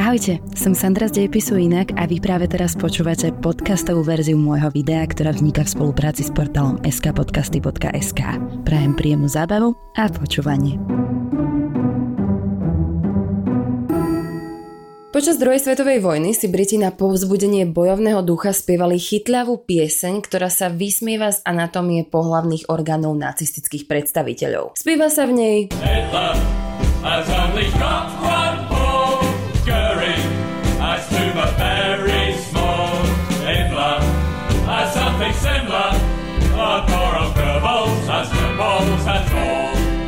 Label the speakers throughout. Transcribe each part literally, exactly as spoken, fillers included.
Speaker 1: Ahojte, som Sandra z Dejepisu Inak a vy práve teraz počúvate podcastovú verziu môjho videa, ktorá vzniká v spolupráci s portálom es ká podcasty bodka es ká. Prajem príjemnú zábavu a počúvanie. Počas druhej svetovej vojny si Briti na povzbudenie bojovného ducha spievali chytľavú pieseň, ktorá sa vysmieva z anatómie pohlavných orgánov nacistických predstaviteľov. Spieva sa v nej Hitler has only got one ball, Goering has two but very small. Hitler has something similar, but more of Goebbels has the balls and all.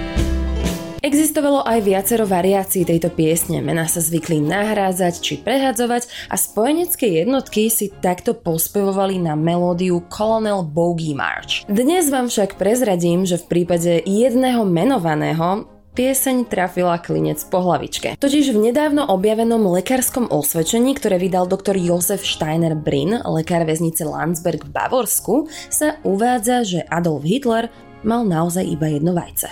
Speaker 1: Existovalo aj viacero variácií tejto piesne, mená sa zvykli nahrádzať či prehadzovať a spojenecké jednotky si takto pospevovali na melódiu Colonel Bogey March. Dnes vám však prezradím, že v prípade jedného menovaného pieseň trafila klinec po hlavičke. Totiž v nedávno objavenom lekárskom osvedčení, ktoré vydal doktor Josef Steiner Brin, lekár väznice Landsberg v Bavorsku, sa uvádza, že Adolf Hitler mal naozaj iba jedno vajce.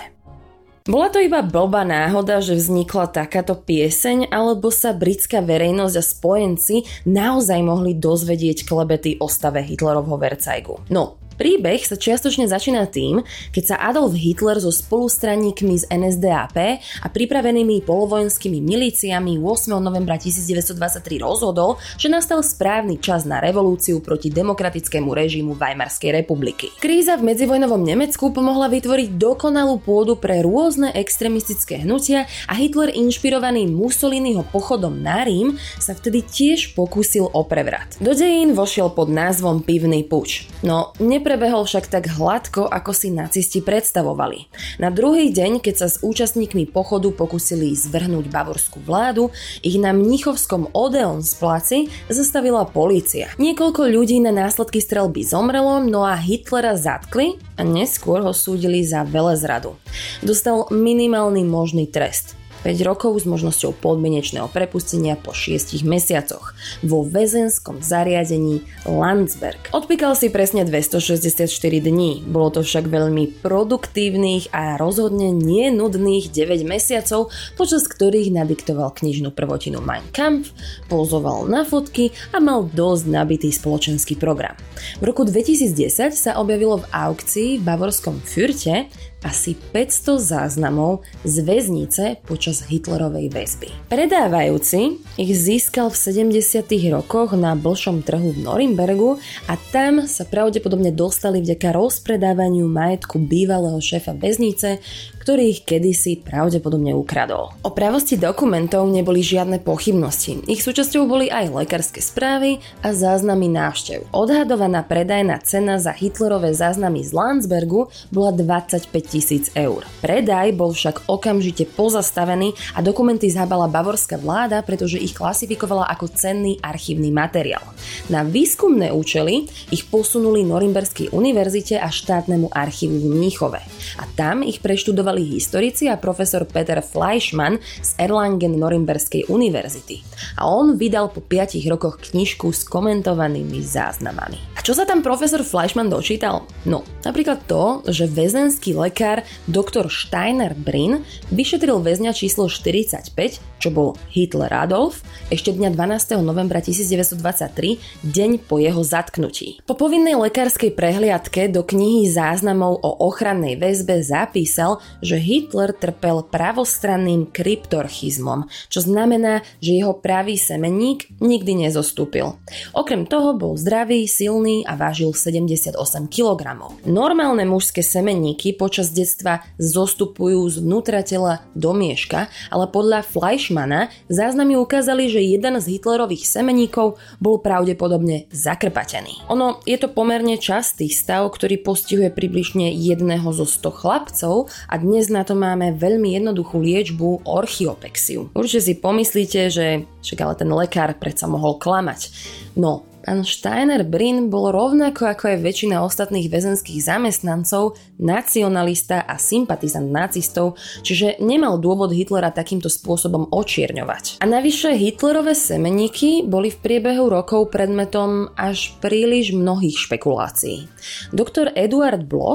Speaker 1: Bola to iba blbá náhoda, že vznikla takáto pieseň, alebo sa britská verejnosť a spojenci naozaj mohli dozvedieť klebety o stave Hitlerovho Vercajgu. No, príbeh sa čiastočne začína tým, keď sa Adolf Hitler so spolustraníkmi z en es dé á pé a pripravenými polovojenskými milíciami ôsmeho novembra tisícdeväťstodvadsaťtri rozhodol, že nastal správny čas na revolúciu proti demokratickému režimu Weimarskej republiky. Kríza v medzivojnovom Nemecku pomohla vytvoriť dokonalú pôdu pre rôzne extrémistické hnutia a Hitler, inšpirovaný Mussoliniho pochodom na Rím, sa vtedy tiež pokúsil o prevrat. Do dejín vošiel pod názvom Pivný puč. No, neprebehol však tak hladko, ako si nacisti predstavovali. Na druhý deň, keď sa s účastníkmi pochodu pokúsili zvrhnúť bavorskú vládu, ich na Mnichovskom Odeonsplatzi zastavila polícia. Niekoľko ľudí na následky streľby zomrelo, no a Hitlera zatkli a neskôr ho súdili za velezradu. Dostal minimálny možný trest. päť rokov s možnosťou podmienečného prepustenia po šiestich mesiacoch vo väzenskom zariadení Landsberg. Odpíkal si presne dvestošesťdesiatštyri dní, bolo to však veľmi produktívnych a rozhodne nie nudných deväť mesiacov, počas ktorých nadiktoval knižnú prvotinu Mein Kampf, pozoval na fotky a mal dosť nabitý spoločenský program. V roku dvetisícdesať sa objavilo v aukcii v bavorskom Fürte asi päťsto záznamov z väznice počas Hitlerovej väzby. Predávajúci ich získal v sedemdesiatych rokoch na blšom trhu v Norimbergu a tam sa pravdepodobne dostali vďaka rozpredávaniu majetku bývalého šéfa väznice, ktorý ich kedysi pravdepodobne ukradol. O pravosti dokumentov neboli žiadne pochybnosti. Ich súčasťou boli aj lekárske správy a záznamy návštev. Odhadovaná predajná cena za Hitlerové záznamy z Landsbergu bola dvadsaťpäť tisíc eur. Predaj bol však okamžite pozastavený a dokumenty zhábala bavorská vláda, pretože ich klasifikovala ako cenný archívny materiál. Na výskumné účely ich posunuli Norimberskej univerzite a štátnemu archívu v Mníchove. A tam ich preštudovali historici a profesor Peter Fleischmann z Erlangen-Norimberskej univerzity. A on vydal po piatich rokoch knižku s komentovanými záznamami. A čo sa tam profesor Fleischmann dočítal? No, napríklad to, že väzenský lekár doktor Steiner Brin vyšetril väzňa číslo štyridsaťpäť, čo bol Hitler Adolf, ešte dňa dvanásteho novembra tisícdeväťstodvadsaťtri, deň po jeho zatknutí. Po povinnej lekárskej prehliadke do knihy záznamov o ochrannej väzbe zapísal, že Hitler trpel pravostranným kryptorchizmom, čo znamená, že jeho pravý semenník nikdy nezostúpil. Okrem toho bol zdravý, silný a vážil sedemdesiatosem kilogramov. Normálne mužské semenníky počas detstva zostupujú zvnútra tela do mieška, ale podľa Fleischmana záznamy ukázali, že jeden z Hitlerových semenníkov bol pravdepodobne zakrpatený. Ono je to pomerne častý stav, ktorý postihuje približne jedného zo sto chlapcov a dnes na to máme veľmi jednoduchú liečbu orchiopexiu. Určite si pomyslíte, že však ale ten lekár predsa mohol klamať. No, pán Steiner Brin bol rovnako ako aj väčšina ostatných väzenských zamestnancov nacionalista a sympatizant nacistov, čiže nemal dôvod Hitlera takýmto spôsobom očierňovať. A navyše Hitlerové semenníky boli v priebehu rokov predmetom až príliš mnohých špekulácií. Doktor Eduard Bloch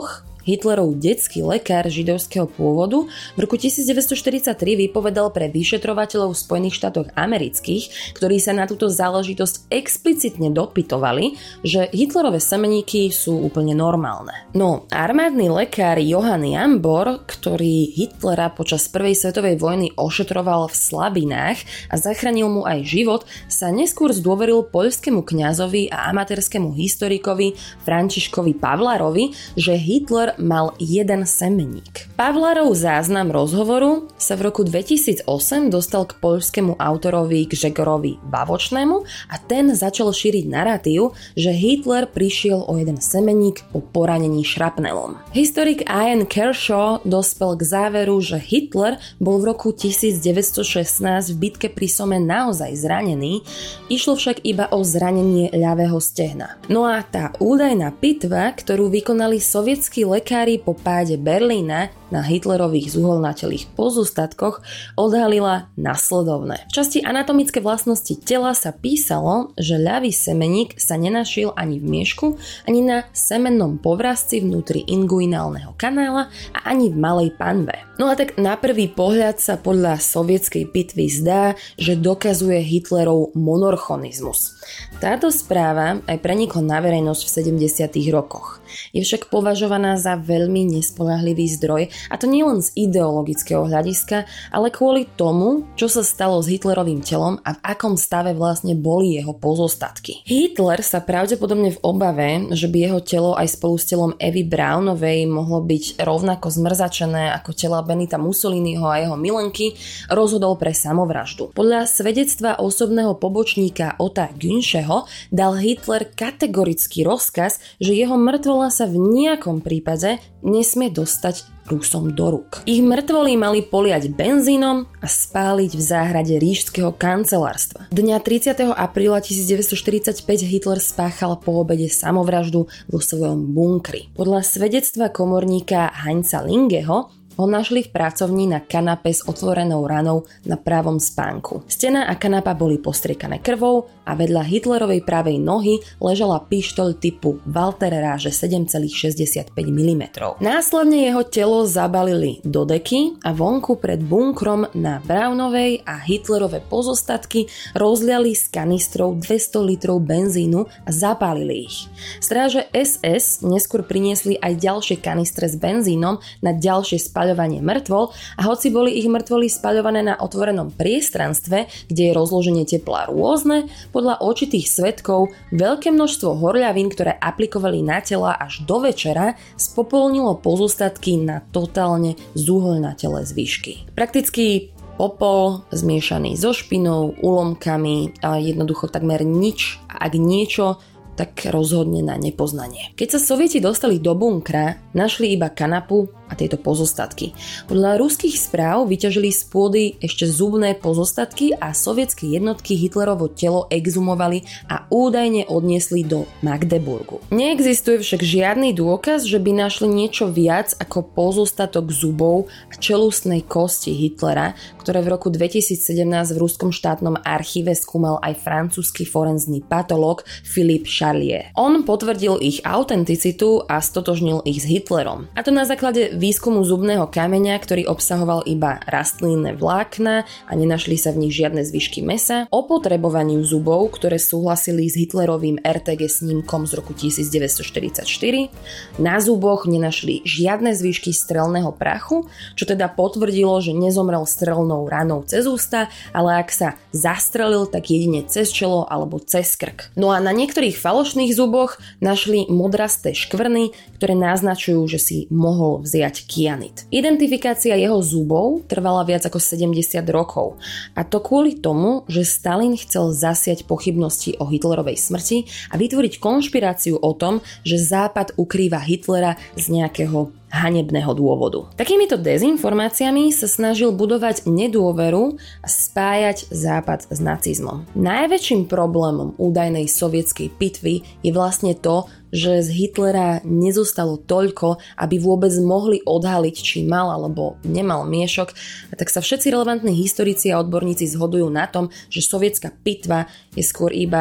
Speaker 1: Hitlerov detský lekár židovského pôvodu, v roku devätnásťstoštyridsaťtri vypovedal pre vyšetrovateľov v Spojených štátoch amerických, ktorí sa na túto záležitosť explicitne dopytovali, že Hitlerové semeníky sú úplne normálne. No, armádny lekár Johann Jambor, ktorý Hitlera počas prvej svetovej vojny ošetroval v slabinách a zachránil mu aj život, sa neskôr zdôveril poľskému kňazovi a amatérskému historikovi Františkovi Pavlarovi, že Hitler mal jeden semeník. Pavlarov záznam rozhovoru sa v roku dvetisícosem dostal k poľskému autorovi Grzegorovi Bavočnému a ten začal šíriť narratív, že Hitler prišiel o jeden semeník po poranení šrapnelom. Historik Ian Kershaw dospel k záveru, že Hitler bol v roku devätnásťstošestnásť v bitke pri Somme naozaj zranený, išlo však iba o zranenie ľavého stehna. No a tá údajná pitva, ktorú vykonali sovietskí lekári po páde Berlína na Hitlerových zuholnatelých pozostatkoch, odhalila nasledovné. V časti anatomické vlastnosti tela sa písalo, že ľavý semeník sa nenašiel ani v miešku, ani na semennom povrazci vnútri inguinálneho kanála a ani v malej panve. No a tak na prvý pohľad sa podľa sovietskej pitvy zdá, že dokazuje Hitlerov monorchonizmus. Táto správa aj prenikla na verejnosť v sedemdesiatych rokoch. Je však považovaná za veľmi nespoľahlivý zdroj, a to nielen z ideologického hľadiska, ale kvôli tomu, čo sa stalo s Hitlerovým telom a v akom stave vlastne boli jeho pozostatky. Hitler sa pravdepodobne v obave, že by jeho telo aj spolu s telom Evy Braunovej mohlo byť rovnako zmrzačené ako tela Benita Mussoliniho a jeho milenky, rozhodol pre samovraždu. Podľa svedectva osobného pobočníka Otta Günscheho dal Hitler kategorický rozkaz, že jeho mŕtvola sa v nejakom prípade nesmie dostať Rusom do rúk. Ich mŕtvoly mali poliať benzínom a spáliť v záhrade ríšskeho kancelárstva. Dňa tridsiateho apríla devätnásťstoštyridsaťpäť Hitler spáchal po obede samovraždu vo svojom bunkri. Podľa svedectva komorníka Heinza Lingeho ho našli v pracovni na kanape s otvorenou ranou na pravom spánku. Stena a kanapa boli postriekané krvou a vedľa Hitlerovej pravej nohy ležala pištoľ typu Walter ráže sedem celá šesťdesiatpäť milimetrov. Následne jeho telo zabalili do deky a vonku pred bunkrom na Braunovej a Hitlerové pozostatky rozliali z kanistrov dvesto litrov benzínu a zapálili ich. Stráže es es neskôr priniesli aj ďalšie kanistre s benzínom na ďalšie spáľovanie spaľovanie mŕtvol a hoci boli ich mŕtvoly spaľované na otvorenom priestranstve, kde je rozloženie tepla rôzne, podľa očitých svedkov veľké množstvo horľavín, ktoré aplikovali na tela až do večera, spopolnilo pozostatky na totálne zúhoľnatelé zvyšky. Prakticky popol zmiešaný so špinou, úlomkami a jednoducho takmer nič, ak niečo, tak rozhodne na nepoznanie. Keď sa Sovieti dostali do bunkra, našli iba kanapu a tieto pozostatky. Podľa ruských správ vyťažili z pôdy ešte zubné pozostatky a sovietske jednotky Hitlerovo telo exhumovali a údajne odniesli do Magdeburgu. Neexistuje však žiadny dôkaz, že by našli niečo viac ako pozostatok zubov a čelustnej kosti Hitlera, ktoré v roku dvetisícsedemnásť v ruskom štátnom archíve skúmal aj francúzsky forenzný patológ Philippe Charlier. On potvrdil ich autenticitu a stotožnil ich s Hitlerom. A to na základe výskumu zubného kameňa, ktorý obsahoval iba rastlinné vlákna a nenašli sa v nich žiadne zvyšky mäsa, opotrebovaniu zubov, ktoré súhlasili s Hitlerovým er té gé snímkom z roku devätnásťstoštyridsaťštyri, na zuboch nenašli žiadne zvyšky strelného prachu, čo teda potvrdilo, že nezomrel strelnou ranou cez ústa, ale ak sa zastrelil, tak jedine cez čelo alebo cez krk. No a na niektorých falošných zuboch našli modrasté škvrny, ktoré naznačujú, že si mohol vziať kyanid. Identifikácia jeho zubov trvala viac ako sedemdesiat rokov a to kvôli tomu, že Stalin chcel zasiať pochybnosti o Hitlerovej smrti a vytvoriť konšpiráciu o tom, že Západ ukrýva Hitlera z nejakého hanebného dôvodu. Takýmito dezinformáciami sa snažil budovať nedôveru a spájať Západ s nacizmom. Najväčším problémom údajnej sovietskej pitvy je vlastne to, že z Hitlera nezostalo toľko, aby vôbec mohli odhaliť, či mal alebo nemal miešok, a tak sa všetci relevantní historici a odborníci zhodujú na tom, že sovietská pitva je skôr iba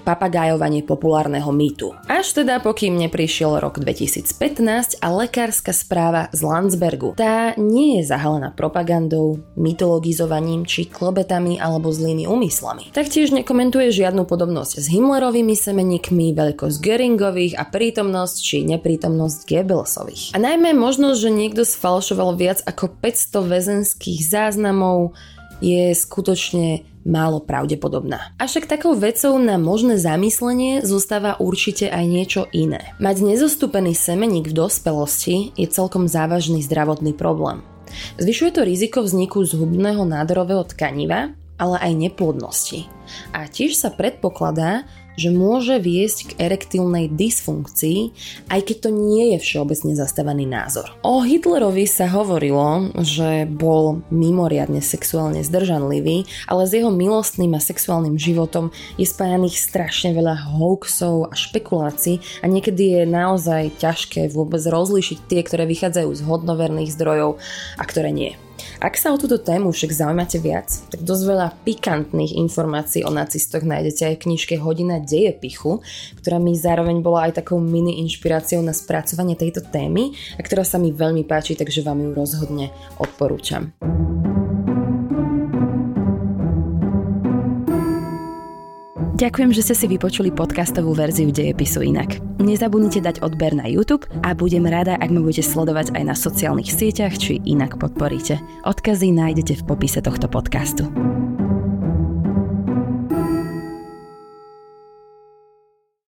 Speaker 1: papagájovanie populárneho mýtu. Až teda pokým neprišiel rok dvetisícpätnásť a lekárska správa z Landsbergu. Tá nie je zahalená propagandou, mytologizovaním či klobetami alebo zlými úmyslami. Taktiež nekomentuje žiadnu podobnosť s Himmlerovými semeníkmi, veľkosť Göringových a prítomnosť či neprítomnosť Goebbelsových. A najmä možnosť, že niekto sfalšoval viac ako päťsto väzenských záznamov, je skutočne málo pravdepodobná. Avšak takou vecou na možné zamyslenie zostáva určite aj niečo iné. Mať nezostúpený semeník v dospelosti je celkom závažný zdravotný problém. Zvyšuje to riziko vzniku zhubného nádorového tkaniva, ale aj neplodnosti. A tiež sa predpokladá, že môže viesť k erektilnej dysfunkcii, aj keď to nie je všeobecne zastávaný názor. O Hitlerovi sa hovorilo, že bol mimoriadne sexuálne zdržanlivý, ale s jeho milostným a sexuálnym životom je spájaných strašne veľa hoaxov a špekulácií a niekedy je naozaj ťažké vôbec rozlíšiť tie, ktoré vychádzajú z hodnoverných zdrojov a ktoré nie. Ak sa o túto tému však zaujímate viac, tak dosť veľa pikantných informácií o nacistoch nájdete aj v knižke Hodina dejepichu, ktorá mi zároveň bola aj takou mini inšpiráciou na spracovanie tejto témy a ktorá sa mi veľmi páči, takže vám ju rozhodne odporúčam. Ďakujem, že ste si vypočuli podcastovú verziu Dejepisu inak. Nezabudnite dať odber na YouTube a budem rada, ak ma budete sledovať aj na sociálnych sieťach, či inak podporíte. Odkazy nájdete v popise tohto podcastu.